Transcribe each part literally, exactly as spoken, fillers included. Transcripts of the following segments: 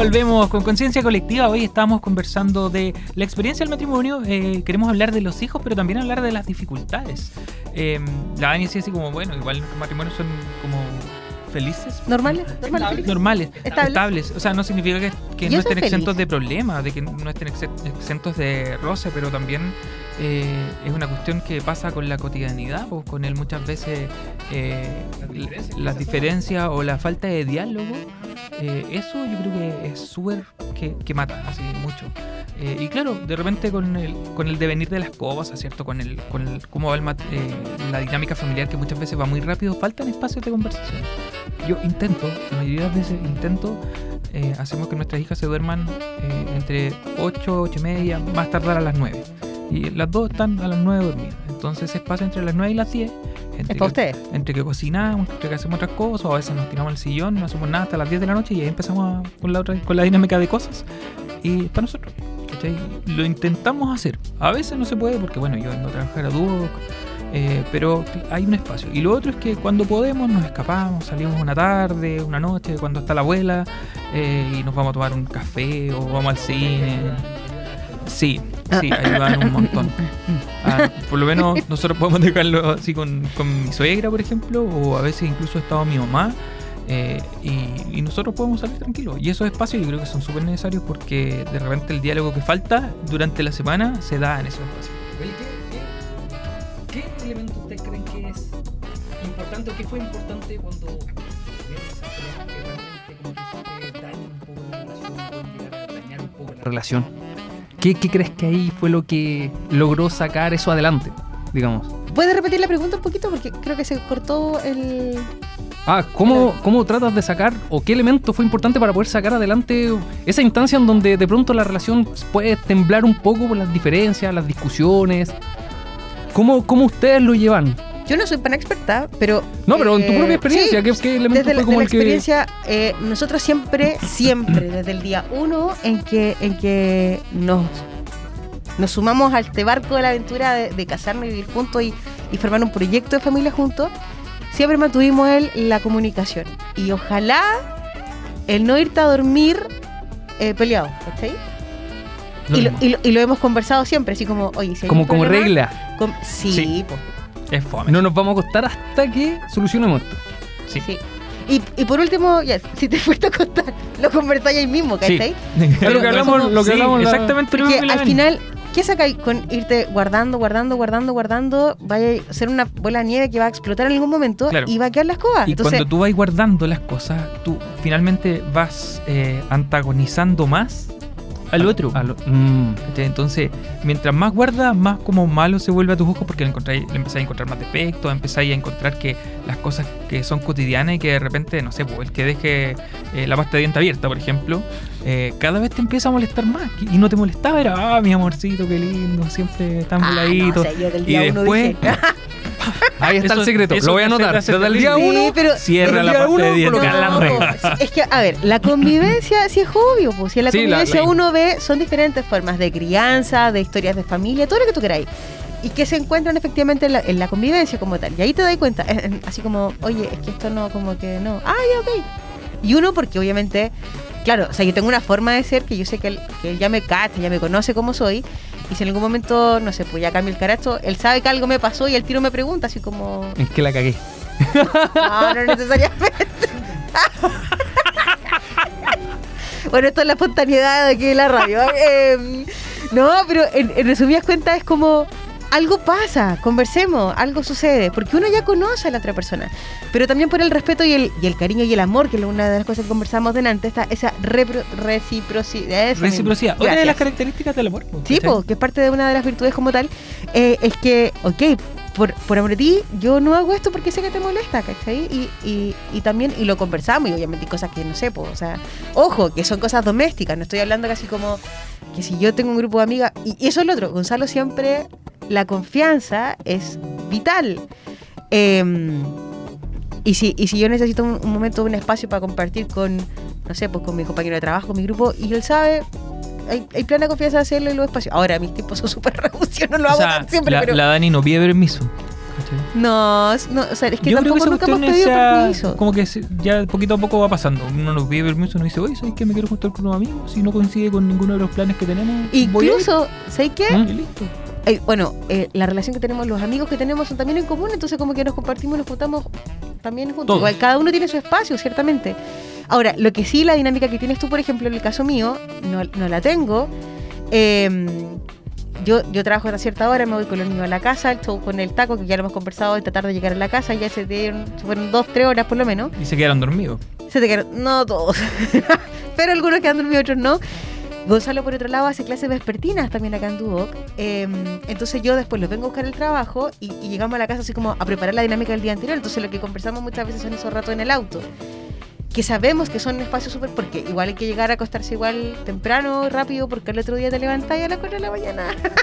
Volvemos con Conciencia Colectiva. Hoy estamos conversando de la experiencia del matrimonio. Eh, queremos hablar de los hijos, pero también hablar de las dificultades. Eh, la Dani decía así como, bueno, igual los matrimonios son como felices. ¿Normales? ¿Normales? Normales, ¿Estables? estables. O sea, no significa que, que no Yo soy estén feliz. exentos de problemas, de que no estén exe- exentos de roce, pero también eh, es una cuestión que pasa con la cotidianidad, pues con él muchas veces eh, las diferencias, las diferencias o la falta de diálogo. Eh, eso yo creo que es súper que, que mata, así mucho. Eh, y claro, de repente con el, con el devenir de las cosas, ¿cierto? Con el, con el cómo va el mat- eh, la dinámica familiar, que muchas veces va muy rápido, faltan espacios de conversación. Yo intento, la mayoría de las veces intento, eh, hacemos que nuestras hijas se duerman eh, entre ocho, ocho y media, más tardar a las nueve. Y las dos están a las nueve dormidas. Entonces ese espacio entre las nueve y las diez, entre Es para que, ustedes. entre que cocinamos, entre que hacemos otras cosas, o a veces nos tiramos al sillón, no hacemos nada hasta las diez de la noche y ahí empezamos a- con la otra, con la dinámica de cosas. Y para nosotros, ¿cachai? Lo intentamos hacer. A veces no se puede porque, bueno, yo vengo a trabajar a dúo, eh, pero hay un espacio. Y lo otro es que cuando podemos nos escapamos, salimos una tarde, una noche, cuando está la abuela, eh, y nos vamos a tomar un café o vamos al cine. Sí, sí, ayudan un montón. Ah, por lo menos nosotros podemos dejarlo así con, con mi suegra, por ejemplo, o a veces incluso ha estado mi mamá, eh, y, y nosotros podemos salir tranquilos. Y esos espacios yo creo que son súper necesarios porque de repente el diálogo que falta durante la semana se da en esos espacios. Oye, ¿qué, qué, qué elemento ustedes creen que es importante o qué fue importante cuando tuvieron esa pelea que realmente como que se daña un poco la relación, pueden llegar a dañar un poco la relación? ¿Qué, ¿Qué crees que ahí fue lo que logró sacar eso adelante, digamos? ¿Puedes repetir la pregunta un poquito? Porque creo que se cortó el... Ah, ¿cómo, ¿cómo tratas de sacar o qué elemento fue importante para poder sacar adelante esa instancia en donde de pronto la relación puede temblar un poco por las diferencias, las discusiones? ¿Cómo, cómo ustedes lo llevan? Yo no soy tan experta, pero... No, pero en tu eh, propia experiencia, sí, ¿qué, qué elemento desde fue la, como de la el que...? experiencia, eh, nosotros siempre, siempre, desde el día uno en que, en que nos, nos sumamos a este barco de la aventura de, de casarnos y vivir juntos y, y formar un proyecto de familia juntos, siempre mantuvimos el, la comunicación. Y ojalá el no irte a dormir eh, peleado, ¿cachai? Lo Y lo, mismo. y, lo, y lo hemos conversado siempre, así como, oye, si hay Como, un como problema, regla. com- sí, Sí. po. Es fome. No nos vamos a acostar hasta que solucionemos esto. Sí. Sí. Y, y por último, ya, si te fuiste a acostar, lo conversáis ahí mismo, Sí. ¿cachai? Es lo que hablamos, lo que Sí, hablamos la- exactamente lo Porque mismo que la al Dani. final, ¿qué sacáis con irte guardando, guardando, guardando, guardando? Vaya a ser una bola de nieve que va a explotar en algún momento Claro. y va a quedar la escoba. Y Entonces, cuando tú vas guardando las cosas, tú finalmente vas eh, antagonizando más al otro. a lo- mm. ¿Cachai? Entonces, mientras más guardas, más como malo se vuelve a tus ojos porque le, encontráis- le empezáis a encontrar más defectos, empezáis a encontrar que las cosas que son cotidianas y que de repente, no sé, pues, el que deje eh, la pasta de diente abierta, por ejemplo, eh, cada vez te empieza a molestar más. Y no te molestaba, era, ah, mi amorcito, qué lindo, siempre tan ah, no, voladito. o sea, yo del Y día uno después, dije, Ahí está Eso- el secreto, eso lo voy a te hace- anotar. te hace Desde el día terrible. uno, Sí, pero cierra el la día parte uno, de diente. colocar la no, regla. es que, a ver, la convivencia sí es obvio, pues si en la Sí, la- convivencia la- uno ve, son diferentes formas de crianza, de historias de familia, todo lo que tú queráis. Y que se encuentran efectivamente en la, en la convivencia como tal. Y ahí te das cuenta, eh, eh, así como, oye, es que esto no, como que no. Ah, ya, ok. Y uno, porque obviamente, claro, o sea, yo tengo una forma de ser que yo sé que él, que él ya me cacha, ya me conoce como soy. Y si en algún momento, no sé, pues ya cambio el caracho, él sabe que algo me pasó y el tiro me pregunta, así como, es que la cagué. no, no necesariamente. Bueno, esto es la espontaneidad de aquí de la radio. Eh, no, pero en, en resumidas cuentas es como algo pasa, conversemos, algo sucede, porque uno ya conoce a la otra persona, pero también por el respeto y el, y el cariño y el amor, que es una de las cosas que conversamos delante, esta, esa repro- reciprocidad. eso mismo. Reciprocidad. Otra de Gracias. las características del amor. Sí, ¿cachai? po, que es parte de una de las virtudes como tal, eh, es que, ok, por, por amor a ti, yo no hago esto porque sé que te molesta, ¿cachai? Y, y, y también, y lo conversamos, y obviamente hay cosas que no sé, po, o sea, ojo, que son cosas domésticas, no estoy hablando casi como que si yo tengo un grupo de amigas, y, y eso es lo otro, Gonzalo siempre, la confianza es vital. Eh, y, si, y si yo necesito un, un momento, un espacio para compartir con, no sé, pues con mi compañero de trabajo, con mi grupo, y él sabe... Hay, hay plena confianza de hacerle los espacios. Ahora, mis tiempos son súper reducidos, no lo O hago sea, tan siempre, la, pero... la Dani no pide permiso. ¿cachai? No, no, o sea, es que Yo creo que tampoco esa nunca hemos cuestión pedido sea permiso. como que se- ya poquito a poco va pasando. Uno nos pide permiso, uno dice, oye, ¿sabes qué? Me quiero juntar con unos amigos. Si no coincide con ninguno de los planes que tenemos, voy a ir. Incluso, ¿sabes qué? Y listo. Eh, bueno, eh, la relación que tenemos, los amigos que tenemos son también en común, entonces como que nos compartimos, nos juntamos también juntos. Todos. Igual cada uno tiene su espacio, ciertamente. Ahora, lo que sí, la dinámica que tienes tú, por ejemplo, en el caso mío, no, no la tengo. Eh, yo, yo trabajo a cierta hora, me voy con los niños a la casa, el show con el taco, que ya lo hemos conversado, de tratar de llegar a la casa, ya se, dieron, se fueron dos, tres horas por lo menos. Y se quedaron dormidos. Se te quedaron, no todos, pero algunos que han dormido, otros no. Gonzalo, por otro lado, hace clases vespertinas también acá en Duoc. Eh, entonces yo después los vengo a buscar el trabajo y, y llegamos a la casa así como a preparar la dinámica del día anterior. Entonces lo que conversamos muchas veces son esos ratos en el auto. Que sabemos que son espacios súper... Porque igual hay que llegar a acostarse igual temprano, rápido, porque el otro día te levantás a las cuatro de la mañana.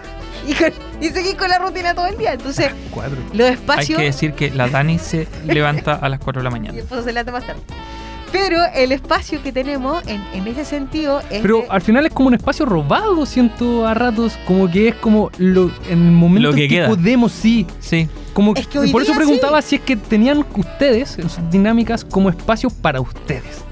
y, con, y seguís con la rutina todo el día. Entonces Cuatro. los Hay espacios... que decir que la Dani se levanta a las cuatro de la Y mañana. después se levanta más tarde. Pero el espacio que tenemos en, en ese sentido es... Pero de- al final es como un espacio robado, siento a ratos, como que es como lo, en el momento Lo que en que queda. podemos, sí. Sí. Como Es que hoy por eso día preguntaba si es que tenían ustedes en sus dinámicas como espacio para ustedes.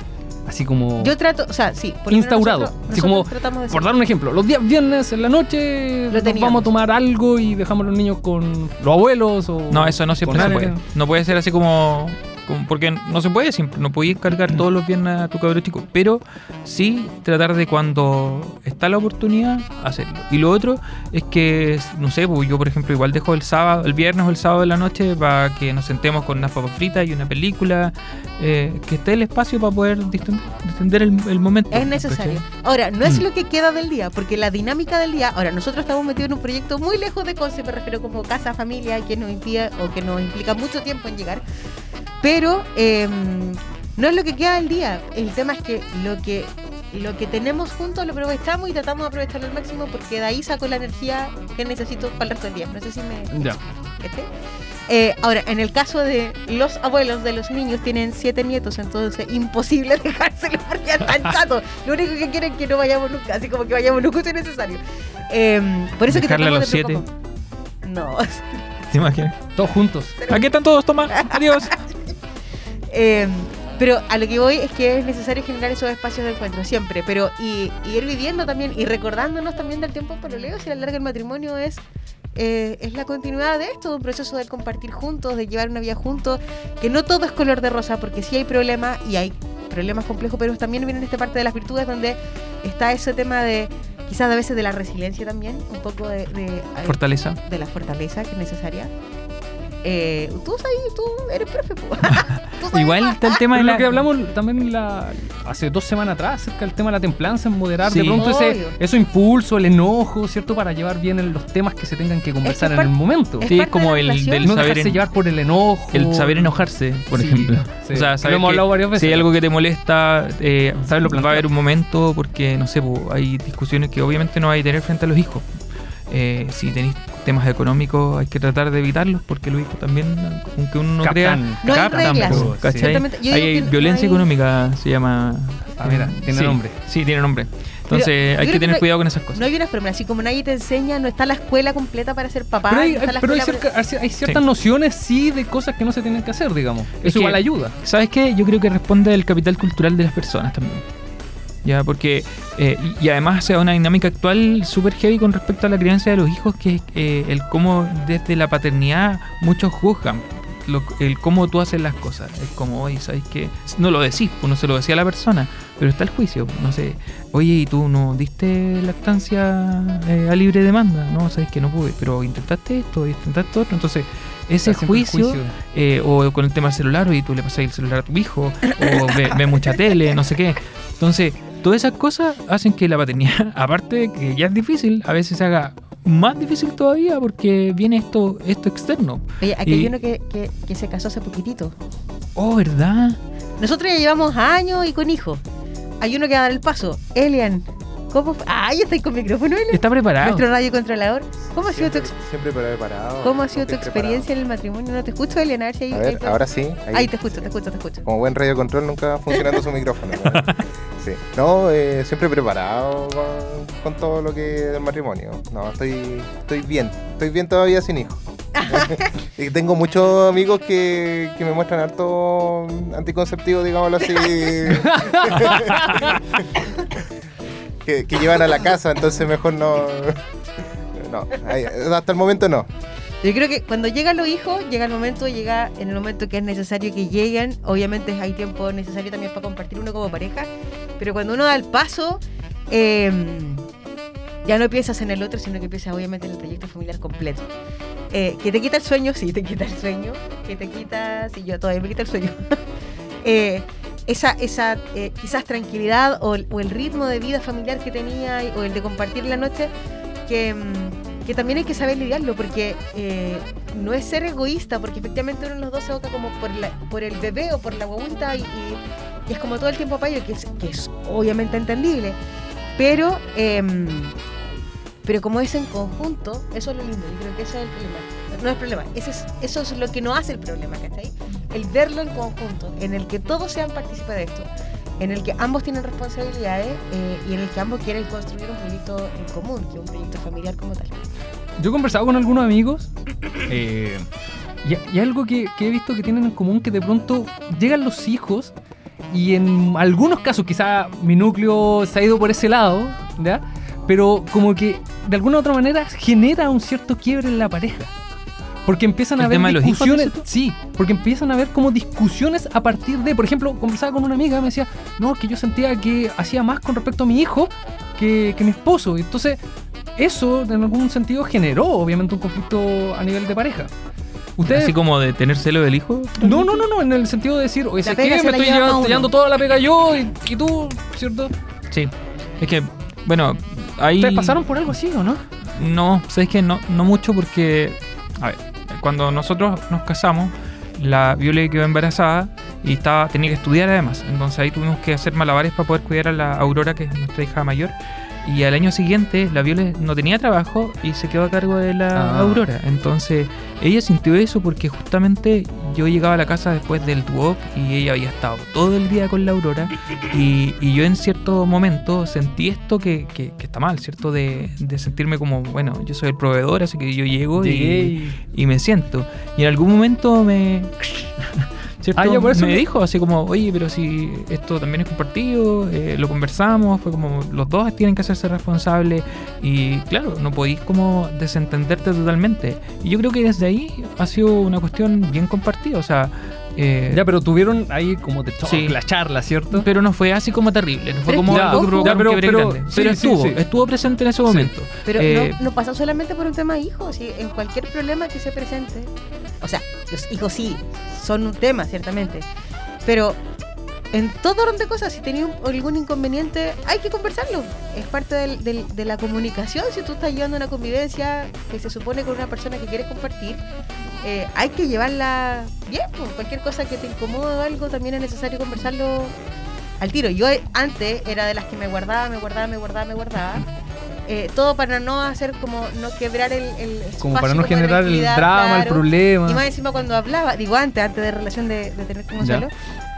Así como Yo trato, o sea, sí. por lo menos instaurado. nosotros- Así nosotros como, tratamos de por ser- dar un ejemplo, los días viernes en la noche Lo nos teníamos. vamos a tomar algo y dejamos a los niños con los abuelos o No, eso no siempre con se puede. alguien. No puede ser así como, como- porque no se puede siempre. No podéis cargar todos los viernes a tu cabro chico. Pero sí tratar de cuando está la oportunidad, hacerlo. Y lo otro es que, no sé, pues yo por ejemplo igual dejo el sábado, el viernes o el sábado de la noche para que nos sentemos con unas papas fritas y una película. eh, que esté el espacio para poder distender, distender el, el momento. Es necesario. ¿cachai? Ahora, no es Mm. lo que queda del día, porque la dinámica del día, ahora nosotros estamos metidos en un proyecto muy lejos de Conce, me refiero como casa, familia, que nos impide o que nos implica mucho tiempo en llegar, pero eh, no es lo que queda del día. El tema es que lo que lo que tenemos juntos lo aprovechamos y tratamos de aprovecharlo al máximo, porque de ahí saco la energía que necesito para el resto del día. No sé si me... Ya. ¿Este? Eh, ahora, en el caso de los abuelos de los niños, tienen siete nietos, entonces imposible dejárselos porque ya están chatos. Lo único que quieren es que no vayamos nunca, así como que vayamos lo justo y necesario. Eh, por eso Dejarle que a tratamos los de siete. preocupar- No. ¿Te imaginas? Todos juntos. Aquí están todos, toma. Adiós. Eh, pero a lo que voy es que es necesario generar esos espacios de encuentro siempre, pero y, y ir viviendo también y recordándonos también del tiempo paralelo, si a la larga el matrimonio es eh, es la continuidad de esto, de un proceso de compartir juntos, de llevar una vida juntos, que no todo es color de rosa, porque sí hay problemas y hay problemas complejos, pero también viene en esta parte de las virtudes donde está ese tema de quizás a veces de la resiliencia también, un poco de, de, Fortaleza. de la fortaleza que es necesaria. Eh, tú sabes, tú eres profe, po. Tú sabes Igual más. está el tema de Pero la... lo que hablamos también la, hace dos semanas atrás acerca del tema de la templanza, en moderar Sí. de pronto ese, Obvio. ese impulso, el enojo, ¿cierto? Para llevar bien el- los temas que se tengan que conversar Es en el par- momento. es Sí, es parte como de la el relación. del No saber dejarse en- llevar por el enojo. El saber enojarse, por Sí, ejemplo. sí. O sea, Lo saber hemos que hablado varias veces. si hay algo que te molesta, eh, Saberlo va plantear. a haber un momento porque, no sé, po, hay discusiones que obviamente no hay que tener frente a los hijos. Eh, si tenéis temas económicos hay que tratar de evitarlos porque los hijos también, aunque uno no Captan. crea, No hay captan, reglas. po, Sí. ¿cachai? Ciertamente, yo Hay digo que no violencia hay- económica, se llama... Ah, mira, tiene sí, nombre. Sí, tiene nombre. Entonces Pero yo hay creo que que tener no hay- cuidado con esas cosas. No hay una fórmula, así como nadie te enseña, no está la escuela completa para ser papá. Pero hay, no está la pero hay, escuela cerca- hay ciertas Sí. nociones, sí, de cosas que no se tienen que hacer, digamos. Es Eso que- igual ayuda. ¿Sabes qué? Yo creo que responde al capital cultural de las personas también. Ya, porque. eh, y, y además se da una dinámica actual súper heavy con respecto a la crianza de los hijos, que es eh, el cómo desde la paternidad muchos juzgan. Lo- el cómo tú haces las cosas. Es como, oye, ¿sabes qué? No lo decís, uno se lo decía a la persona, pero está el juicio. No sé, oye, ¿y tú no diste lactancia eh, a libre demanda? No, sabes que no pude, pero intentaste esto, intentaste otro. Entonces, ese Está siempre el juicio. eh, o con el tema del celular, y tú le pasas el celular a tu hijo, o ve, ve mucha tele, no sé qué. Entonces, todas esas cosas hacen que la paternidad, aparte de que ya es difícil, a veces se haga más difícil todavía porque viene esto esto externo. Oye, aquí Y- hay uno que, que, que se casó hace poquitito. Oh, ¿verdad? Nosotros ya llevamos años y con hijos. Hay uno que va a dar el paso. Elian, ¿cómo fue? Ah, ya estáis con micrófono, Elian. Está preparado. Nuestro radio controlador. ¿Cómo ha sido tu, Siempre, ex- siempre preparado. cómo ha sido tu siempre experiencia en el matrimonio? No te escucho, Elian, a ver si hay... preparado. A hay- ver, ahora sí. Ahí, Ahí te escucho, te escucho, te escucho. Como buen radio control nunca funcionando su micrófono. ¿no? Sí. No, eh, siempre preparado con, con todo lo que del matrimonio. No, estoy, estoy bien. Estoy bien todavía sin hijos. Y tengo muchos amigos que, que me muestran harto anticonceptivo, digámoslo así. que, que llevan a la casa, entonces mejor no. No, ahí, hasta el momento no. Yo creo que cuando llegan los hijos, llega el momento, llega en el momento que es necesario que lleguen. Obviamente hay tiempo necesario también para compartir uno como pareja, pero cuando uno da el paso, eh, ya no piensas en el otro, sino que piensas obviamente en el proyecto familiar completo. Eh, que te quita el sueño, sí, te quita el sueño. Que te quita, sí, yo todavía me quita el sueño. eh, esa, esa eh, quizás tranquilidad o, o el ritmo de vida familiar que tenía o el de compartir la noche, que... que también hay que saber lidiarlo, porque eh, no es ser egoísta, porque efectivamente uno de los dos se aboca como por, la, por el bebé o por la guaguita y, y, y es como todo el tiempo para ello, que es, que es obviamente entendible, pero eh, pero como es en conjunto, eso es lo lindo, yo creo que eso es el problema, no es el problema, ese es, eso es lo que no hace el problema, ¿cachai? El verlo en conjunto, en el que todos sean partícipes de esto, en el que ambos tienen responsabilidades eh, y en el que ambos quieren construir un proyecto en común, que es un proyecto familiar como tal. Yo he conversado con algunos amigos eh, y, y algo que, que he visto que tienen en común, que de pronto llegan los hijos y en algunos casos quizá mi núcleo se ha ido por ese lado, ¿ya? Pero como que de alguna u otra manera genera un cierto quiebre en la pareja. Porque empiezan a haber discusiones, sí, porque empiezan a haber como discusiones a partir de, por ejemplo, conversaba con una amiga, me decía, no, que yo sentía que hacía más con respecto a mi hijo que, que mi esposo. Entonces, eso en algún sentido generó, obviamente, un conflicto a nivel de pareja. ¿Ustedes? ¿Así como de tener celo del hijo? No, no, no, no, en el sentido de decir, oye, ¿sabes qué? Me estoy llevando, llevando toda la pega yo y, y tú, ¿cierto? Sí, es que, bueno, ahí... ¿Ustedes pasaron por algo así o no? No, ¿sabes qué? No, no mucho porque, a ver, cuando nosotros nos casamos, la Viole quedó embarazada y estaba, tenía que estudiar además. Entonces ahí tuvimos que hacer malabares para poder cuidar a la Aurora, que es nuestra hija mayor. Y al año siguiente la Viole no tenía trabajo y se quedó a cargo de la ah. Aurora. Entonces ella sintió eso porque justamente yo llegaba a la casa después del D U O C y ella había estado todo el día con la Aurora. Y, y yo en cierto momento sentí esto que, que, que está mal, ¿cierto? De, de sentirme como, bueno, yo soy el proveedor, así que yo llego y, y me siento. Y en algún momento me... ¿cierto? Ah, yo por eso me, me dijo así como, oye, pero si esto también es compartido, eh, lo conversamos, fue como los dos tienen que hacerse responsables y claro, no podéis como desentenderte totalmente. Y yo creo que desde ahí ha sido una cuestión bien compartida, o sea... Eh, ya, pero tuvieron ahí como de talk, sí, la charla, ¿cierto? Pero no fue así como terrible, no fue como ya, algo que provocó un quiebre pero, grande. Sí, pero sí, estuvo, sí. estuvo presente en ese momento. Sí. Pero eh, no, no pasa solamente por un tema de hijos, ¿sí? En cualquier problema que se presente. O sea, los hijos sí, son un tema, ciertamente. Pero en todo orden de cosas, si tenías algún inconveniente, hay que conversarlo. Es parte del, del, de la comunicación. Si tú estás llevando una convivencia que se supone con una persona que quieres compartir, eh, hay que llevarla bien. Pues, cualquier cosa que te incomode o algo, también es necesario conversarlo al tiro. Yo antes era de las que me guardaba, me guardaba, me guardaba, me guardaba. Eh, todo para no hacer como, no quebrar el, el espacio, como para no como generar el drama, claro, el problema. Y más encima cuando hablaba, digo antes, antes de relación de, de tener como solo.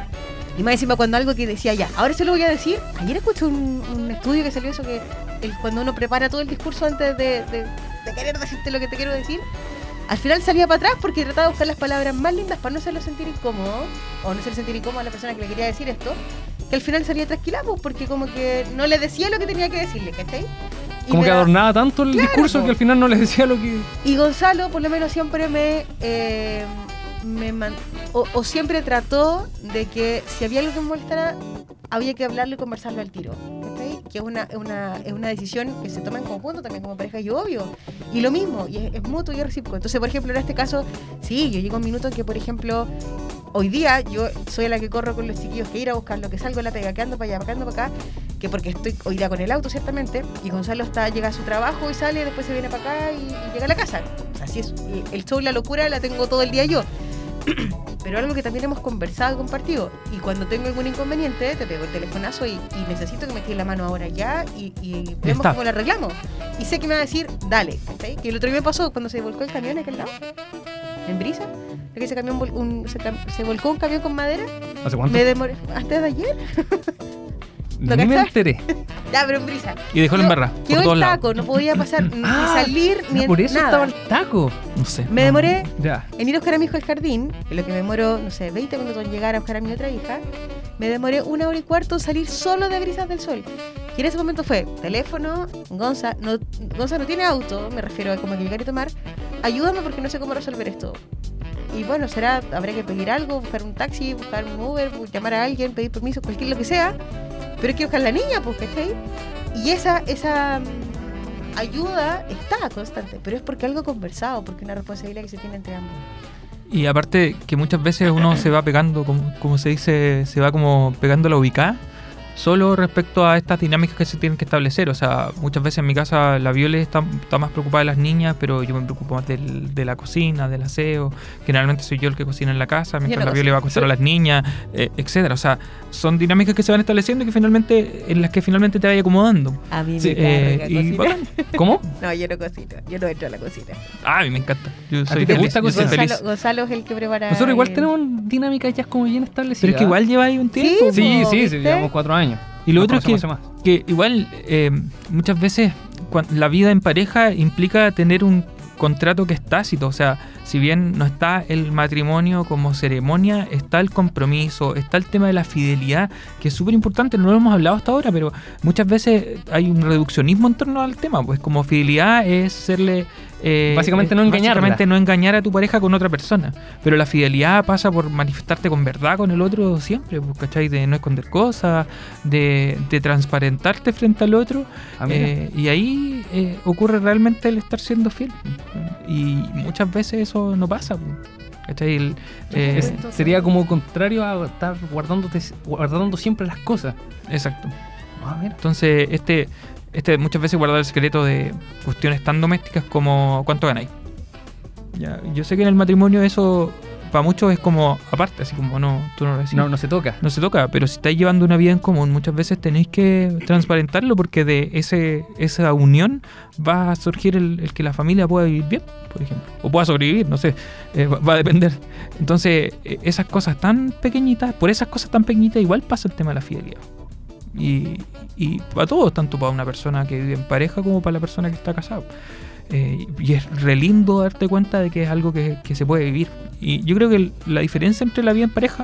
Y más encima cuando algo que decía ya, ahora se lo voy a decir. Ayer escuché un, un estudio que salió eso, que el, cuando uno prepara todo el discurso antes de, de, de querer decirte lo que te quiero decir, al final salía para atrás porque trataba de buscar las palabras más lindas para no hacerlo sentir incómodo, o no hacerlo sentir incómodo a la persona que le quería decir esto, que al final salía trasquilado porque como que no le decía lo que tenía que decirle, ¿cachai? Y como que da... adornaba tanto el claro, discurso po. Que al final no les decía lo que... Y Gonzalo por lo menos siempre me... Eh, me man... o, o siempre trató de que si había algo que me molestara, había que hablarlo y conversarlo al tiro, ¿okay? Que es una, una, es una decisión que se toma en conjunto también como pareja, y obvio, y lo mismo, y es, es mutuo y es recíproco. Entonces, por ejemplo, en este caso, sí, yo llego a un minuto en que, por ejemplo, hoy día yo soy la que corro con los chiquillos que ir a buscar lo que salgo de la pega, que ando para allá, que ando para acá, que porque estoy hoy día con el auto, ciertamente, y Gonzalo está, llega a su trabajo y sale, después se viene para acá y, y llega a la casa. O sea, así es, el show, la locura la tengo todo el día yo. Pero algo que también hemos conversado y compartido, y cuando tengo algún inconveniente te pego el telefonazo y, y necesito que me tires la mano ahora ya y, y vemos cómo lo arreglamos, y sé que me va a decir dale, ¿sí? Que el otro día me pasó cuando se volcó el camión en aquel lado en Brisa, que se, camión un, se, se volcó un camión con madera. ¿Hace cuánto? Me demoré, antes de ayer. ¿Lo Ni me cachai? enteré. Ya, pero en brisa. Y dejó la Quedó- embarrada por Quedó todos el lados. taco, no podía pasar ni Ah, salir ni Ah, por eso nada. estaba el taco. No sé. Me no. demoré Ya. en ir a buscar a mi hijo al jardín, en lo que me demoró, no sé, veinte minutos en llegar a buscar a mi otra hija. Me demoré una hora y cuarto en salir solo de Brisas del Sol. Y en ese momento fue teléfono, Gonza, no, Gonza no tiene auto, me refiero a como que llegar y tomar. Ayúdame porque no sé cómo resolver esto. Y bueno, será, habrá que pedir algo, buscar un taxi, buscar un Uber, llamar a alguien, pedir permiso, cualquier lo que sea. Pero quiero buscar a la niña, pues, ¿cachai? Y esa, esa mm, ayuda está constante, pero es porque algo conversado, porque es una responsabilidad que se tiene entre ambos. Y aparte que muchas veces uno se va pegando, como, como se dice, se va como pegando la ubicada, solo respecto a estas dinámicas que se tienen que establecer. O sea, muchas veces en mi casa la Viole está, está más preocupada de las niñas, pero yo me preocupo más del- de la cocina, del aseo. Generalmente soy yo el que cocina en la casa, mientras no la Viole va a acostar a las niñas, eh, etcétera. O sea, son dinámicas que se van estableciendo y que finalmente, en las que finalmente te vaya acomodando. A mí me Sí, carga eh, y cocinar. bacán. ¿Cómo? No, yo no cocino, yo no entro a la cocina. Ah, a mí me encanta. Yo soy ti te feliz, gusta yo soy cocinar? feliz. Gonzalo, Gonzalo es el que prepara. Nosotros igual el- tenemos dinámicas ya como bien establecidas. Pero es que igual lleva ahí un tiempo. Sí, Sí, po, sí, sí, ¿viste? llevamos cuatro años. Y lo Nos otro es que, conocemos hace más. que igual eh, muchas veces cuan- la vida en pareja implica tener un contrato que es tácito. O sea, si bien no está el matrimonio como ceremonia, está el compromiso, está el tema de la fidelidad, que es súper importante. No lo hemos hablado hasta ahora, pero muchas veces hay un reduccionismo en torno al tema. Pues como fidelidad es serle... eh, Básicamente es no engañarla. Básicamente no engañar a tu pareja con otra persona. Pero la fidelidad pasa por manifestarte con verdad con el otro siempre, pues, ¿cachai? De no esconder cosas, de, de transparentarte frente al otro. Ah, mira. Eh, y ahí eh, ocurre realmente el estar siendo fiel. Y muchas veces eso no pasa. ¿Cachai? El, eh, Es- sería como contrario a estar guardándote, guardando siempre las cosas. exacto. Ah, mira. Entonces, este, este muchas veces guardar el secreto de cuestiones tan domésticas como cuánto ganáis. Ya, yo sé que en el matrimonio eso para muchos es como aparte, así como no, tú no lo decís. No, no se toca. No se toca, pero si estáis llevando una vida en común, muchas veces tenéis que transparentarlo porque de ese esa unión va a surgir el, el que la familia pueda vivir bien, por ejemplo. O pueda sobrevivir, no sé, eh, va, va a depender. Entonces, eh, esas cosas tan pequeñitas, por esas cosas tan pequeñitas igual pasa el tema de la fidelidad. Y, y para todos, tanto para una persona que vive en pareja como para la persona que está casada. Eh, y es re lindo darte cuenta de que es algo que, que se puede vivir. Y yo creo que el- la diferencia entre la vida en pareja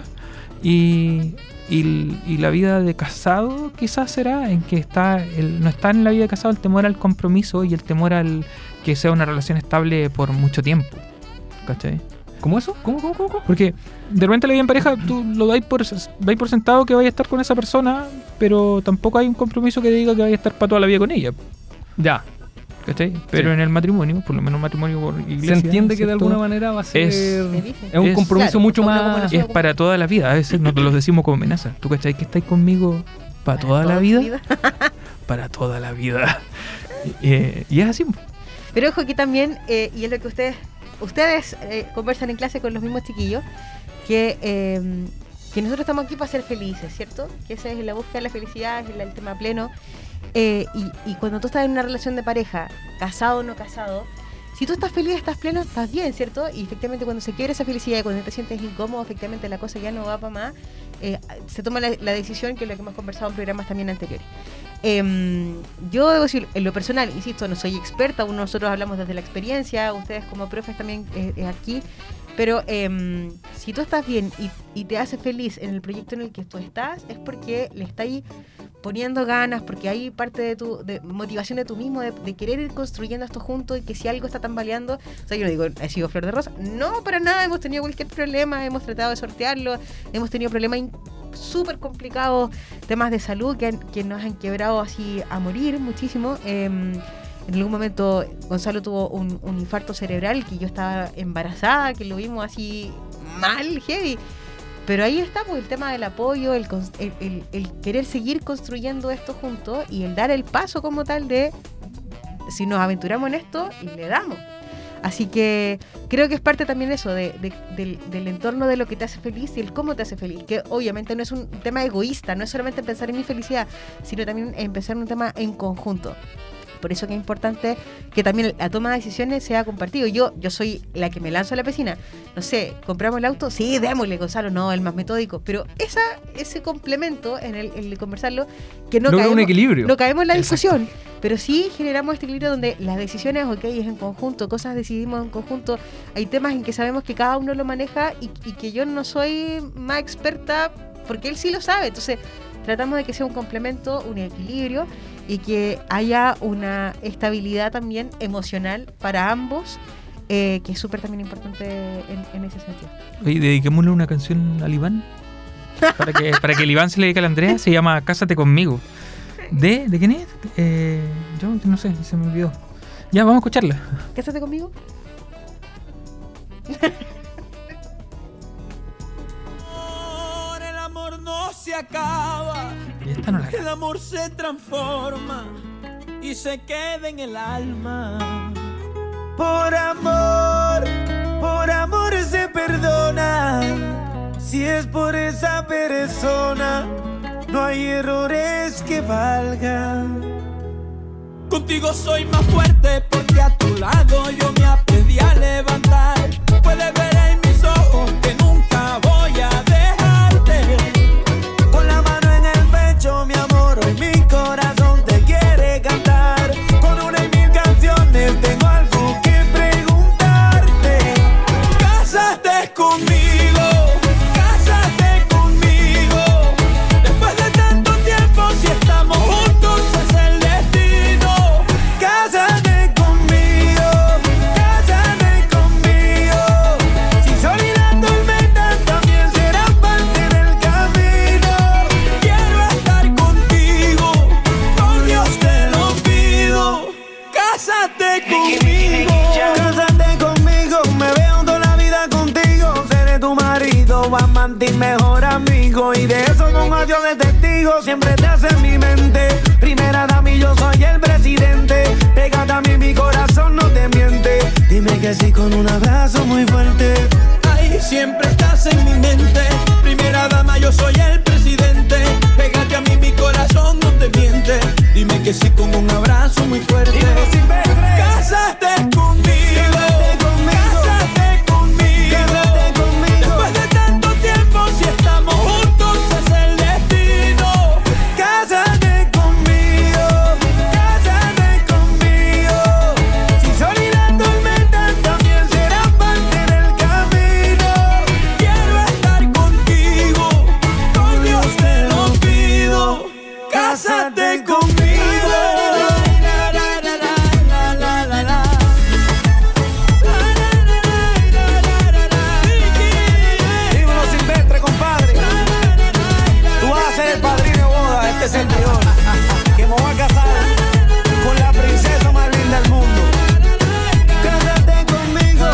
y, y, y la vida de casado quizás será en que está el, no está en la vida de casado el temor al compromiso y el temor al que sea una relación estable por mucho tiempo. ¿Cachai? ¿Cómo eso? ¿Cómo, cómo, cómo? cómo? Porque de repente la vida en pareja tú lo dais por, dais por sentado que vaya a estar con esa persona, pero tampoco hay un compromiso que diga que vaya a estar para toda la vida con ella. Ya. ¿Cachai? Pero Sí. en el matrimonio, por lo menos matrimonio por iglesia, Se entiende que de ¿cierto? alguna manera va a ser. Es- Se dice. es un es- compromiso claro, mucho como lo- como más. nosotros- es para toda la vida. A veces nos lo decimos como amenaza. ¿Tú cachai que estáis conmigo para toda la tu vida? Para toda la vida. Eh, y es así. Pero ojo que también, eh, y es lo que ustedes ustedes eh, conversan en clase con los mismos chiquillos, que, eh, que nosotros estamos aquí para ser felices, ¿cierto? Que esa es la búsqueda de la felicidad, es el, el tema pleno. Eh, y, y cuando tú estás en una relación de pareja, casado o no casado, si tú estás feliz, estás pleno, estás bien, ¿cierto? Y efectivamente cuando se quiebra esa felicidad y cuando te sientes incómodo, efectivamente la cosa ya no va para más, eh, se toma la, la decisión, que es lo que hemos conversado en programas también anteriores. Eh, yo debo decir, en lo personal, insisto, no soy experta, uno, nosotros hablamos desde la experiencia, ustedes como profes también eh, eh, aquí, pero eh, si tú estás bien y, y te hace feliz en el proyecto en el que tú estás, es porque le estáis poniendo ganas, porque hay parte de tu de motivación de tú mismo, de, de querer ir construyendo esto juntos y que si algo está tambaleando, o sea, yo no digo, he sido flor de rosa, no, para nada, hemos tenido cualquier problema, hemos tratado de sortearlo, hemos tenido problemas in- súper complicados, temas de salud que, han- que nos han quebrado así a morir muchísimo. Eh, en algún momento Gonzalo tuvo un, un infarto cerebral, que yo estaba embarazada, que lo vimos así mal, heavy. Pero ahí está pues, el tema del apoyo, el, cons- el, el- el querer seguir construyendo esto juntos y el dar el paso como tal de si nos aventuramos en esto y le damos. Así que creo que es parte también eso, de, de- del, del entorno de lo que te hace feliz y el cómo te hace feliz. Que obviamente no es un tema egoísta, no es solamente pensar en mi felicidad, sino también en pensar en un tema en conjunto. Por eso que es importante que también la toma de decisiones sea compartido. Yo yo soy la que me lanzo a la piscina. No sé, ¿compramos el auto? Sí, démosle, Gonzalo. No, el más metódico. Pero esa ese complemento en el, el de conversarlo, que no Logra caemos, un equilibrio. no caemos en la Exacto. discusión, pero sí generamos este equilibrio donde las decisiones, ok, es en conjunto, cosas decidimos en conjunto. Hay temas en que sabemos que cada uno lo maneja y, y que yo no soy más experta porque él sí lo sabe. Entonces, tratamos de que sea un complemento, un equilibrio y que haya una estabilidad también emocional para ambos, eh, que es súper también importante en, en ese sentido. Oye, dediquémosle una canción al Iván. Para que, para que el Iván se le dedique a la Andrea. Se llama Cásate conmigo. ¿De, ¿de quién es? Eh, yo no sé, se me olvidó. Ya, vamos a escucharla. ¿Cásate conmigo? El amor no se acaba, Y esta no la el amor se transforma y se queda en el alma. Por amor, por amor se perdona. Si es por esa persona, no hay errores que valgan. Contigo soy más fuerte porque a tu lado yo me aprendí a levantar. Puedes ver en mis ojos que nunca voy a dejarte. Con la mano en el pecho, mi amor, hoy mi corazón te quiere cantar. Con una y mil canciones tengo algo que preguntarte. Cásate conmigo, cásate conmigo. Después de tanto tiempo, si estamos juntos es el destino. Cásate conmigo, cásate conmigo. Si sol y la tormenta también serán parte del camino. Quiero estar contigo, con Dios te lo pido. Cásate conmigo, cásate conmigo. Me veo toda la vida contigo. Seré tu marido, amante y mejor amigo. Y de eso con adiós de testigo. Siempre te hace en mi mente. Primera dama y yo soy el presidente. Pégate a mí, mi corazón no te miente. Dime que sí con un abrazo muy fuerte. Ay, siempre estás en mi mente. Primera dama, yo soy el presidente. Pégate a mí, mi corazón no te miente. Dime que sí con un abrazo muy fuerte. Cásate conmigo, cásate conmigo, cásate conmigo. Después de tanto tiempo, si estamos juntos es el destino. Cásate conmigo, cásate conmigo. Si sol y la tormenta también serán parte del camino. Quiero estar contigo, con Dios te lo pido. Cásate conmigo. Dímelo, Silvestre, compadre. Tú vas a ser el padrino de boda, este es el peor. Que me voy a casar con la princesa más linda del mundo. Cásate conmigo.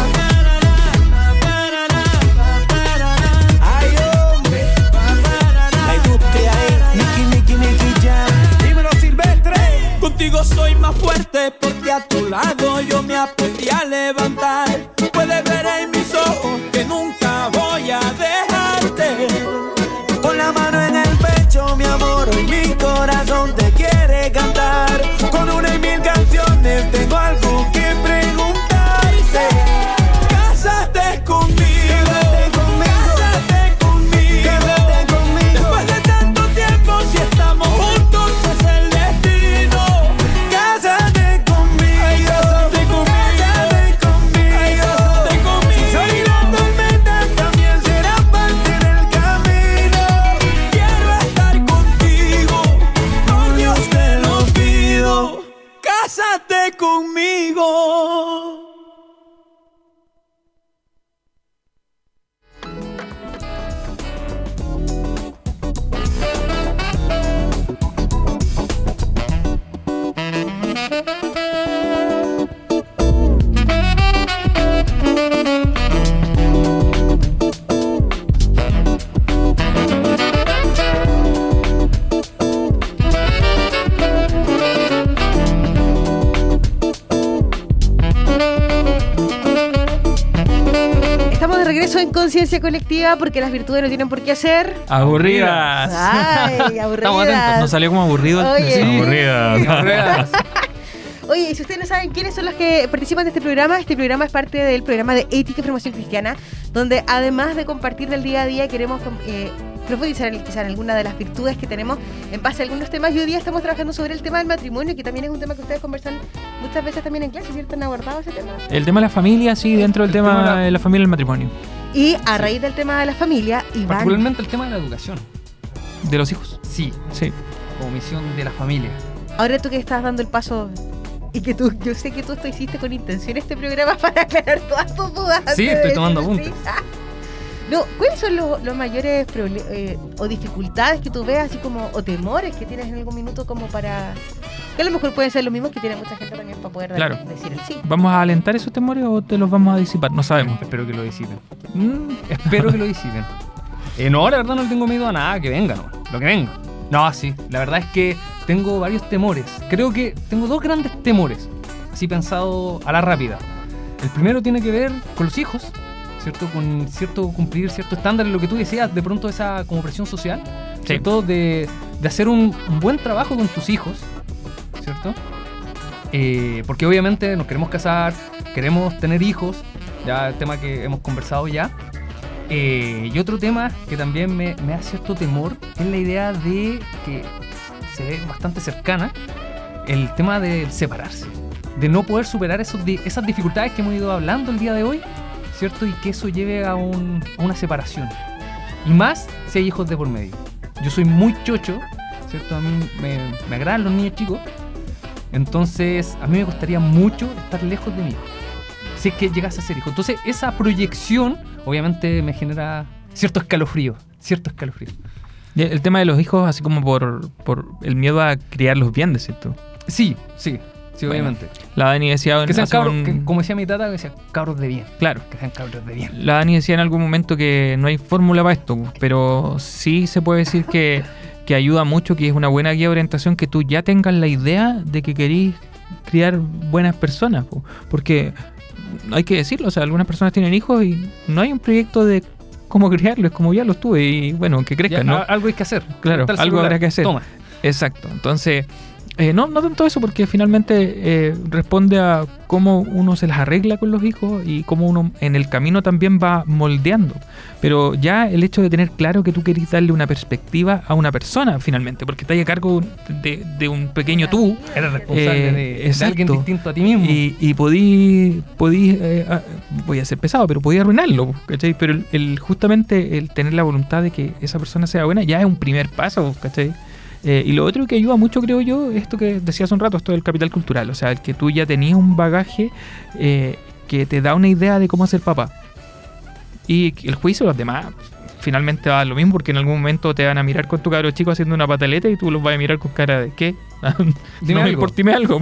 Ay, hombre. La industria es Nicky, Nicky, Nicky Jam. Dímelo, Silvestre. Contigo soy más fuerte porque a tu lado yo me aprendí a levantar. Puedes ver en mis ojos que nunca voy a dejarte. Con la mano en el pecho, mi amor, hoy mi corazón te quiere cantar. Con una y mil canciones tengo algo que preguntarte. Cásate conmigo, cásate conmigo, cásate conmigo. Después de tanto tiempo, si estamos juntos es el destino. Cásate conmigo, cásate conmigo, cásate conmigo. Si sol y la tormenta también serán parte del camino. Quiero estar contigo, con Dios te lo pido. Cásate conmigo. Estamos de regreso en Conciencia Colectiva porque las virtudes no tienen por qué ser. Aburridas. Ay, Estamos atentos. aburridas. Nos salió como aburrido. Oye. decir Sí. aburridas. Aburridas. Oye, y si ustedes no saben quiénes son los que participan de este programa, este programa es parte del programa de Ética y Formación Cristiana, donde además de compartir del día a día, queremos eh, profundizar en, quizá en alguna de las virtudes que tenemos en base a algunos temas. Y hoy día estamos trabajando sobre el tema del matrimonio, que también es un tema que ustedes conversan muchas veces también en clase, ¿cierto? ¿Han abordado ese tema? El tema de la familia, sí, dentro del El tema, tema de la- de la familia y el matrimonio. Y a raíz del tema de la familia, Iván... Particularmente el tema de la educación. De los hijos. Sí, Sí. como misión de la familia. Ahora tú que estás dando el paso y que tú, yo sé que tú esto hiciste con intención este programa para aclarar todas tus dudas. Sí, antes estoy de tomando decirlo, apuntes. ¿sí? Ah. No, ¿cuáles son los, los mayores proble- eh, o dificultades que tú ves, así como, o temores que tienes en algún minuto como para... Que a lo mejor pueden ser los mismos que tiene mucha gente también para poder dar- Claro. decir el sí. ¿Vamos a alentar esos temores o te los vamos a disipar? No sabemos. Espero que lo disipen. Mm, Espero que lo disipen. Eh, no, la verdad no le tengo miedo a nada, que venga, no, lo que venga. No, sí, la verdad es que tengo varios temores. Creo que tengo dos grandes temores, así pensado a la rápida. El primero tiene que ver con los hijos, ¿cierto? Con cierto cumplir ciertos estándares, lo que tú decías, de pronto esa como presión social, ¿cierto? De, de hacer un, un buen trabajo con tus hijos, ¿cierto? Eh, porque obviamente nos queremos casar, queremos tener hijos, ya el tema que hemos conversado ya. Eh, y otro tema que también me, me da cierto temor es la idea de que se ve bastante cercana, el tema de separarse, de no poder superar esos, di- esas dificultades que hemos ido hablando el día de hoy, ¿cierto? Y que eso lleve a, un, a una separación. Y más si hay hijos de por medio. Yo soy muy chocho, ¿cierto? A mí me, me agradan los niños chicos. Entonces, a mí me costaría mucho estar lejos de mi hijo, si es que llegase a ser hijo. Entonces, esa proyección, obviamente, me genera cierto escalofrío, cierto escalofrío. y el tema de los hijos, así como por, por el miedo a criarlos bien, ¿de cierto? Sí, sí, sí, Bueno, obviamente. La Dani decía... Que sean hace cabros, un- que, como decía mi tata, que sean cabros de bien. Claro. Que sean cabros de bien. La Dani decía en algún momento que no hay fórmula para esto, pero sí se puede decir que, que ayuda mucho, que es una buena guía de orientación que tú ya tengas la idea de que querís criar buenas personas, po. Porque hay que decirlo, o sea, algunas personas tienen hijos y no hay un proyecto de cómo criarlos, como ya los tuve, y bueno, que crezcan, Ya, ¿no? a- Algo hay que hacer. Claro, Está el algo celular. habrá que hacer. Toma. Exacto, entonces, eh, no, no tanto eso, porque finalmente eh, responde a cómo uno se las arregla con los hijos y cómo uno en el camino también va moldeando. Pero ya el hecho de tener claro que tú querés darle una perspectiva a una persona, finalmente, porque estás a cargo de, de un pequeño tú, Eres responsable Eh, de, de exacto. alguien distinto a ti mismo. y, y podí, podí eh, ah, voy a ser pesado, pero podí arruinarlo, ¿cachai? Pero el, el- justamente el tener la voluntad de que esa persona sea buena ya es un primer paso, ¿cachai? Eh, y lo otro que ayuda mucho, creo yo, es esto que decía hace un rato, esto del capital cultural, o sea, el que tú ya tenías un bagaje eh, que te da una idea de cómo ser papá. Y el juicio de los demás finalmente va a lo mismo, porque en algún momento te van a mirar con tu cabro chico haciendo una pataleta y tú los vas a mirar con cara de ¿qué? Dime no me algo. importa, dime algo.